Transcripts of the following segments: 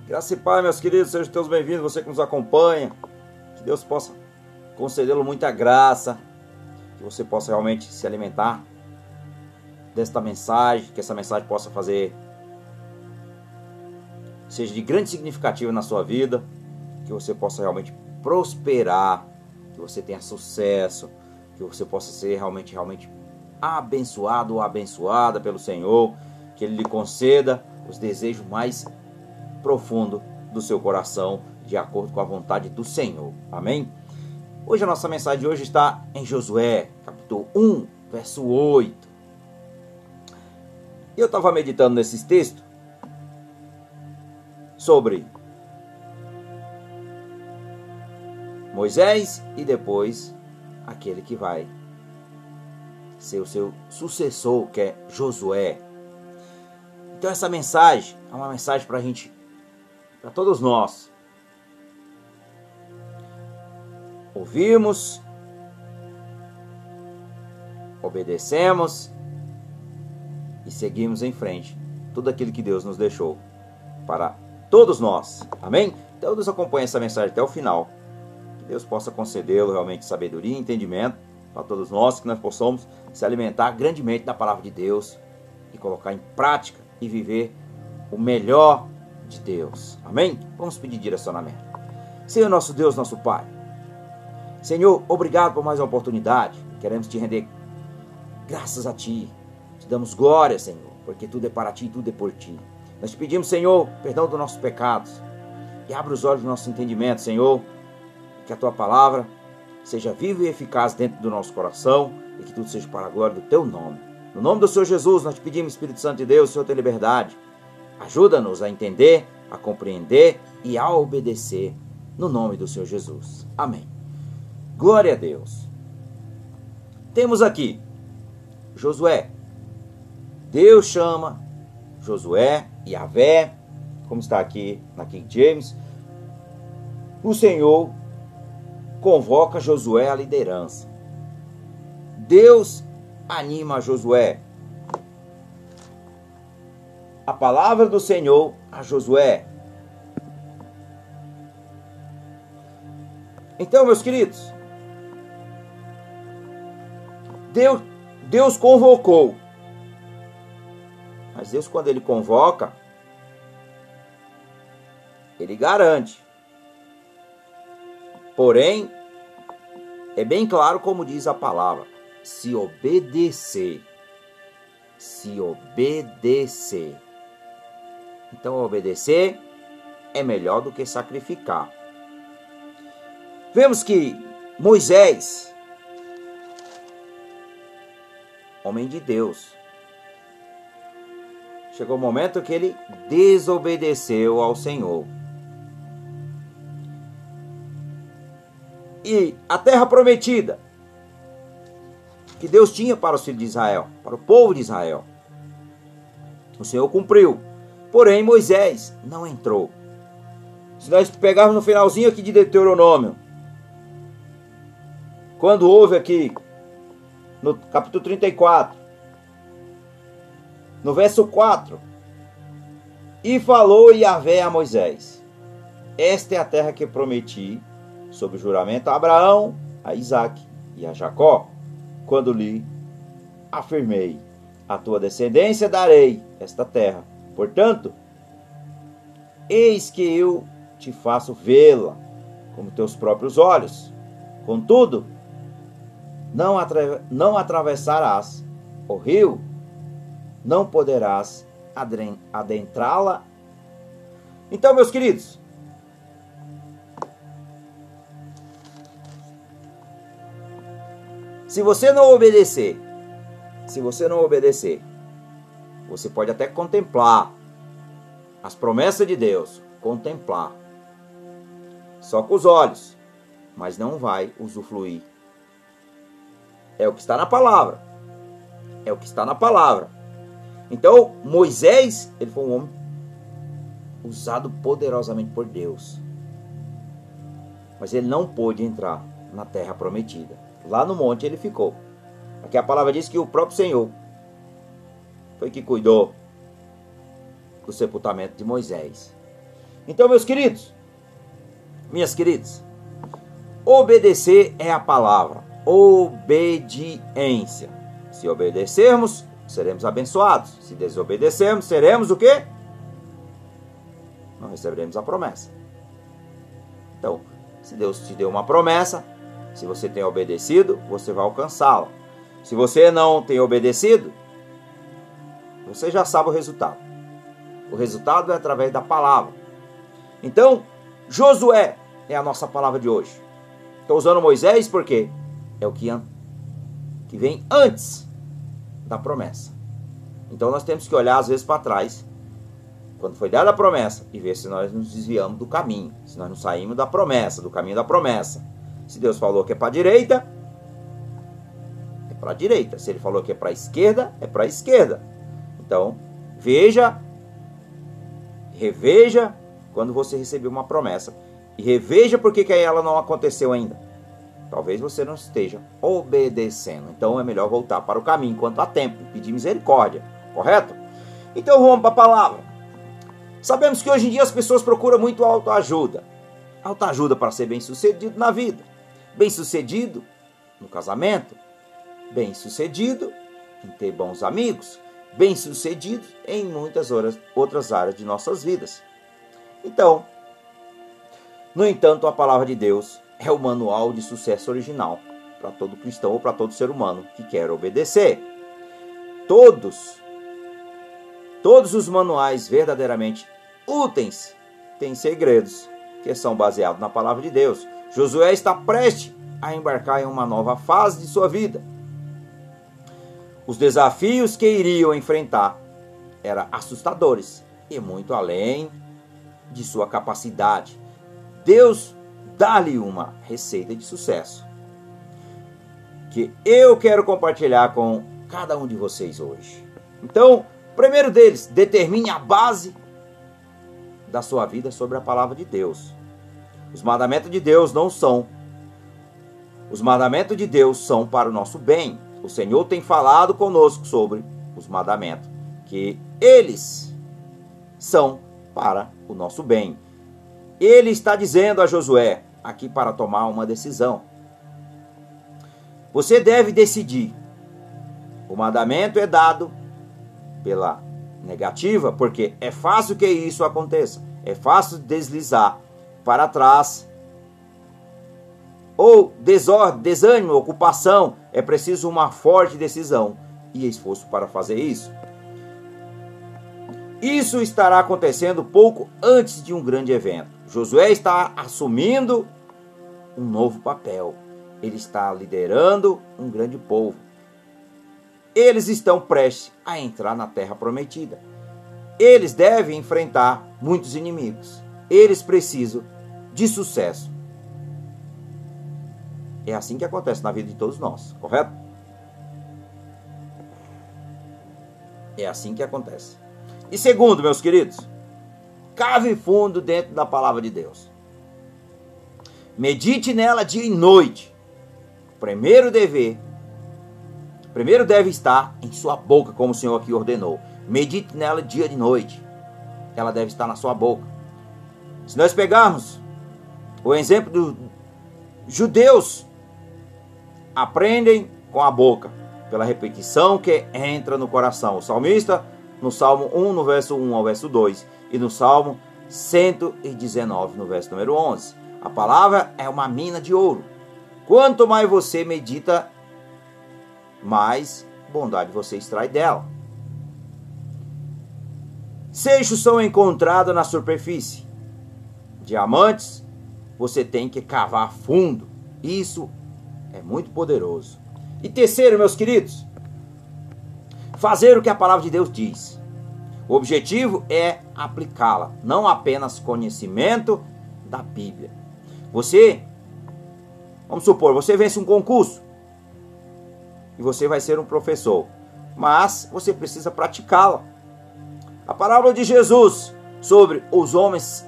Graça e paz, meus queridos, sejam todos bem-vindos, você que nos acompanha. Que Deus possa concedê-lo muita graça, que você possa realmente se alimentar desta mensagem, que essa mensagem possa seja de grande significativo na sua vida, que você possa realmente prosperar, que você tenha sucesso, que você possa ser realmente abençoado ou abençoada pelo Senhor, que Ele lhe conceda os desejos mais profundos do seu coração, de acordo com a vontade do Senhor. Amém? Hoje a nossa mensagem de hoje está em Josué, capítulo 1, verso 8. Eu estava meditando nesses textos sobre Moisés e depois aquele que vai ser o seu sucessor, que é Josué. Então essa mensagem é uma mensagem para a gente, para todos nós. Ouvimos, obedecemos e seguimos em frente tudo aquilo que Deus nos deixou para todos nós. Amém? Então Deus acompanha essa mensagem até o final. Que Deus possa concedê-lo realmente sabedoria e entendimento para todos nós, que nós possamos se alimentar grandemente da palavra de Deus e colocar em prática e viver o melhor de Deus. Amém? Vamos pedir direcionamento. Senhor nosso Deus, nosso Pai. Senhor, obrigado por mais uma oportunidade. Queremos te render graças a Ti. Te damos glória, Senhor, porque tudo é para Ti e tudo é por Ti. Nós te pedimos, Senhor, perdão dos nossos pecados. E abra os olhos do nosso entendimento, Senhor. Que a Tua palavra seja viva e eficaz dentro do nosso coração e que tudo seja para a glória do Teu nome. No nome do Senhor Jesus, nós te pedimos, Espírito Santo de Deus, Senhor, tem liberdade. Ajuda-nos a entender, a compreender e a obedecer. No nome do Senhor Jesus. Amém. Glória a Deus. Temos aqui Josué. Deus chama Josué, Yahvé, como está aqui na King James. O Senhor convoca Josué à liderança. Deus anima Josué. A palavra do Senhor a Josué. Então, meus queridos, Deus convocou. Mas Deus, quando Ele convoca, Ele garante. Porém, é bem claro como diz a palavra. Se obedecer. Se obedecer. Então, obedecer é melhor do que sacrificar. Vemos que Moisés, homem de Deus, chegou o momento que ele desobedeceu ao Senhor. E a terra prometida que Deus tinha para os filhos de Israel, para o povo de Israel, o Senhor cumpriu. Porém, Moisés não entrou. Se nós pegarmos no finalzinho aqui de Deuteronômio, quando houve aqui, no capítulo 34, no verso 4, e falou Yahvé a Moisés: esta é a terra que prometi, sob juramento, a Abraão, a Isaque e a Jacó, quando lhe afirmei: a tua descendência darei esta terra. Portanto, eis que eu te faço vê-la como teus próprios olhos. Contudo, não atravessarás o rio, não poderás adentrá-la. Então, meus queridos, se você não obedecer, você pode até contemplar as promessas de Deus, contemplar só com os olhos, mas não vai usufruir. É o que está na palavra. É o que está na palavra. Então, Moisés, ele foi um homem usado poderosamente por Deus. Mas ele não pôde entrar na terra prometida. Lá no monte ele ficou. Aqui a palavra diz que o próprio Senhor foi que cuidou do sepultamento de Moisés. Então, meus queridos, minhas queridas, obedecer é a palavra. Obediência. Se obedecermos, seremos abençoados. Se desobedecermos, seremos o quê? Não receberemos a promessa. Então, se Deus te deu uma promessa, se você tem obedecido, você vai alcançá-la. Se você não tem obedecido, você já sabe o resultado. O resultado é através da palavra. Então, Josué é a nossa palavra de hoje. Estou usando Moisés porque é o que vem antes da promessa. Então nós temos que olhar às vezes para trás, quando foi dada a promessa, e ver se nós nos desviamos do caminho, se nós não saímos da promessa, do caminho da promessa. Se Deus falou que é para a direita, é para a direita. Se Ele falou que é para a esquerda, é para a esquerda. Então, reveja quando você recebeu uma promessa. E reveja por que ela não aconteceu ainda. Talvez você não esteja obedecendo. Então é melhor voltar para o caminho enquanto há tempo. Pedir misericórdia. Correto? Então vamos para a palavra. Sabemos que hoje em dia as pessoas procuram muito autoajuda. Autoajuda para ser bem-sucedido na vida. Bem-sucedido no casamento. Bem-sucedido em ter bons amigos. Bem-sucedido em muitas outras áreas de nossas vidas. Então, no entanto, a palavra de Deus é o manual de sucesso original para todo cristão ou para todo ser humano que quer obedecer. Todos os manuais verdadeiramente úteis têm segredos que são baseados na palavra de Deus. Josué está prestes a embarcar em uma nova fase de sua vida. Os desafios que iriam enfrentar eram assustadores e muito além de sua capacidade. Deus dá-lhe uma receita de sucesso que eu quero compartilhar com cada um de vocês hoje. Então, o primeiro deles, determine a base da sua vida sobre a palavra de Deus. Os mandamentos de Deus não são. Os mandamentos de Deus são para o nosso bem. O Senhor tem falado conosco sobre os mandamentos, que eles são para o nosso bem. Ele está dizendo a Josué, aqui para tomar uma decisão. Você deve decidir. O mandamento é dado pela negativa, porque é fácil que isso aconteça. É fácil deslizar para trás. Ou desordem, desânimo, ocupação. É preciso uma forte decisão e esforço para fazer isso. Isso estará acontecendo pouco antes de um grande evento. Josué está assumindo um novo papel. Ele está liderando um grande povo. Eles estão prestes a entrar na terra prometida. Eles devem enfrentar muitos inimigos. Eles precisam de sucesso. É assim que acontece na vida de todos nós, correto? É assim que acontece. E segundo, meus queridos, cave fundo dentro da palavra de Deus. Medite nela dia e noite. Primeiro deve estar em sua boca, como o Senhor aqui ordenou. Medite nela dia e noite. Ela deve estar na sua boca. Se nós pegarmos o exemplo dos judeus, aprendem com a boca, pela repetição que entra no coração. O salmista, no Salmo 1, no verso 1 ao verso 2, e no Salmo 119, no verso número 11. A palavra é uma mina de ouro. Quanto mais você medita, mais bondade você extrai dela. Seixos são encontrados na superfície. Diamantes, você tem que cavar fundo. Isso é muito poderoso. E terceiro, meus queridos, fazer o que a palavra de Deus diz. O objetivo é aplicá-la, não apenas conhecimento da Bíblia. Vamos supor, você vence um concurso e você vai ser um professor, mas você precisa praticá-la. A parábola de Jesus sobre os homens,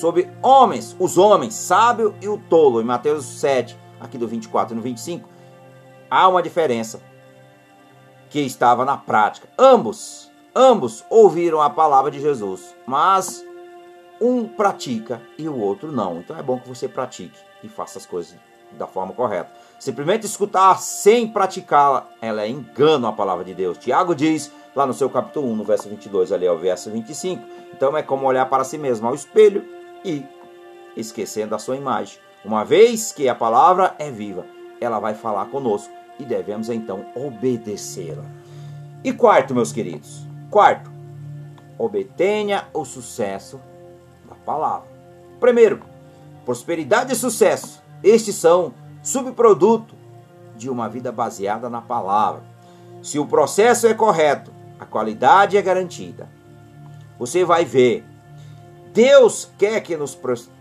sábio e o tolo, em Mateus 7, aqui do 24 e no 25, há uma diferença que estava na prática. Ambos ouviram a palavra de Jesus, mas um pratica e o outro não. Então é bom que você pratique e faça as coisas da forma correta. Simplesmente escutar sem praticá-la, ela é engano à palavra de Deus. Tiago diz lá no seu capítulo 1, no verso 22, ali ao verso 25. Então é como olhar para si mesmo ao espelho e esquecendo a sua imagem. Uma vez que a palavra é viva, ela vai falar conosco e devemos então obedecê-la. E quarto, meus queridos, quarto, obtenha o sucesso da palavra. Primeiro, prosperidade e sucesso. Estes são subproduto de uma vida baseada na palavra. Se o processo é correto, a qualidade é garantida. Você vai ver, Deus quer que nos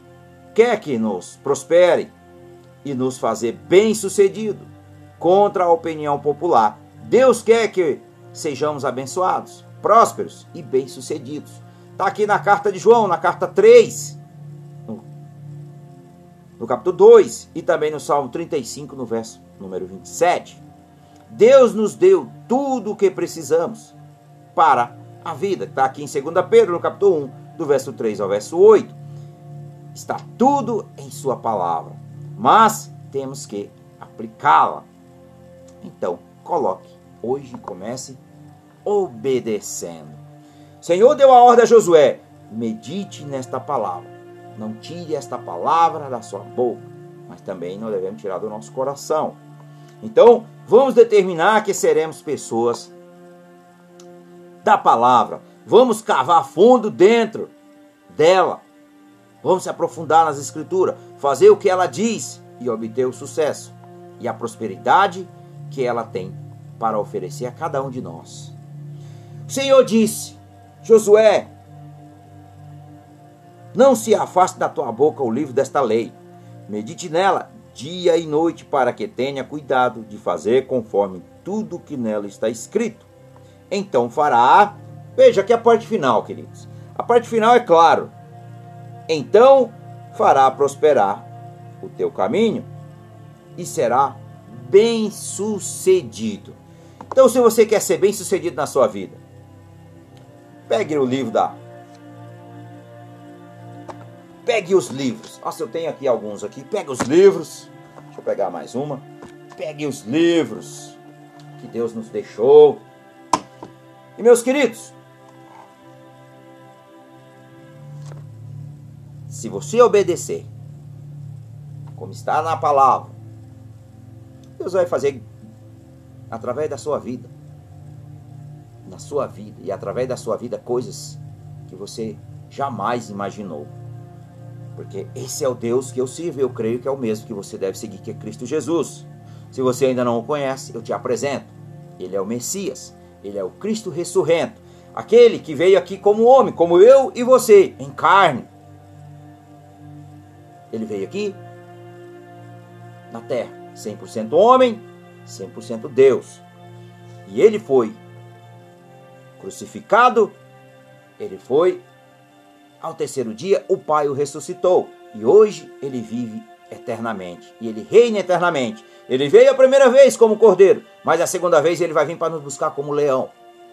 prospere e nos fazer bem-sucedido contra a opinião popular. Deus quer que sejamos abençoados, prósperos e bem-sucedidos. Está aqui na carta de João, na carta 3, no capítulo 2 e também no Salmo 35, no verso número 27. Deus nos deu tudo o que precisamos para a vida. Está aqui em 2 Pedro, no capítulo 1, do verso 3 ao verso 8. Está tudo em sua palavra, mas temos que aplicá-la. Então, coloque hoje e comece obedecendo. O Senhor deu a ordem a Josué: medite nesta palavra. Não tire esta palavra da sua boca, mas também não devemos tirar do nosso coração. Então, vamos determinar que seremos pessoas da palavra. Vamos cavar fundo dentro dela. Vamos se aprofundar nas escrituras, fazer o que ela diz e obter o sucesso e a prosperidade que ela tem para oferecer a cada um de nós. O Senhor disse: Josué, não se afaste da tua boca o livro desta lei. Medite nela dia e noite, para que tenha cuidado de fazer conforme tudo que nela está escrito. Então fará. Veja aqui a parte final, queridos. A parte final é claro. Então fará prosperar o teu caminho e será bem-sucedido. Então, se você quer ser bem-sucedido na sua vida, pegue o livro Pegue os livros. Nossa, eu tenho aqui alguns aqui. Pegue os livros. Deixa eu pegar mais uma. Pegue os livros que Deus nos deixou. E, meus queridos, se você obedecer, como está na palavra, Deus vai fazer através da sua vida, na sua vida, e através da sua vida, coisas que você jamais imaginou. Porque esse é o Deus que eu sirvo, eu creio que é o mesmo que você deve seguir, que é Cristo Jesus. Se você ainda não o conhece, eu te apresento. Ele é o Messias, ele é o Cristo ressurrento, aquele que veio aqui como homem, como eu e você, em carne. Ele veio aqui na terra, 100% homem, 100% Deus. E ele foi crucificado, ele foi, ao terceiro dia, o Pai o ressuscitou. E hoje ele vive eternamente. E ele reina eternamente. Ele veio a primeira vez como cordeiro, mas a segunda vez ele vai vir para nos buscar como leão.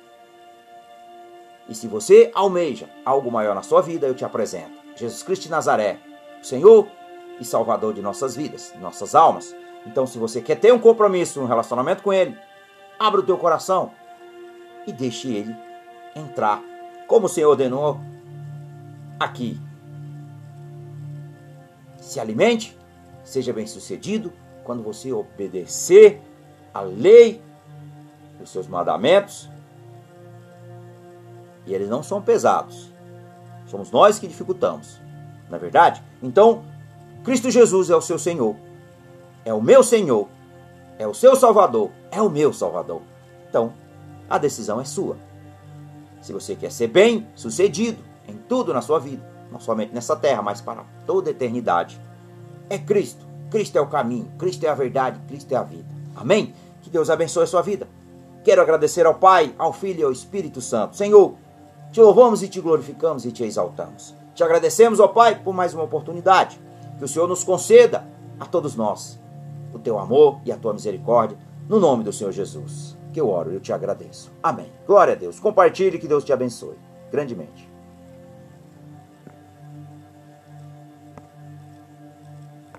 E se você almeja algo maior na sua vida, eu te apresento Jesus Cristo de Nazaré, o Senhor e Salvador de nossas vidas, de nossas almas. Então, se você quer ter um compromisso, um relacionamento com Ele, abra o teu coração e deixe Ele entrar, como o Senhor ordenou aqui. Se alimente, seja bem-sucedido quando você obedecer a lei, os seus mandamentos. E eles não são pesados. Somos nós que dificultamos, não é verdade? Então, Cristo Jesus é o seu Senhor, é o meu Senhor, é o seu Salvador, é o meu Salvador. Então, a decisão é sua. Se você quer ser bem-sucedido em tudo na sua vida, não somente nessa terra, mas para toda a eternidade, é Cristo. Cristo é o caminho, Cristo é a verdade, Cristo é a vida. Amém? Que Deus abençoe a sua vida. Quero agradecer ao Pai, ao Filho e ao Espírito Santo. Senhor, te louvamos e te glorificamos e te exaltamos. Te agradecemos, ó Pai, por mais uma oportunidade. Que o Senhor nos conceda, a todos nós, o teu amor e a tua misericórdia, no nome do Senhor Jesus. Que eu oro e eu te agradeço. Amém. Glória a Deus. Compartilhe, que Deus te abençoe grandemente.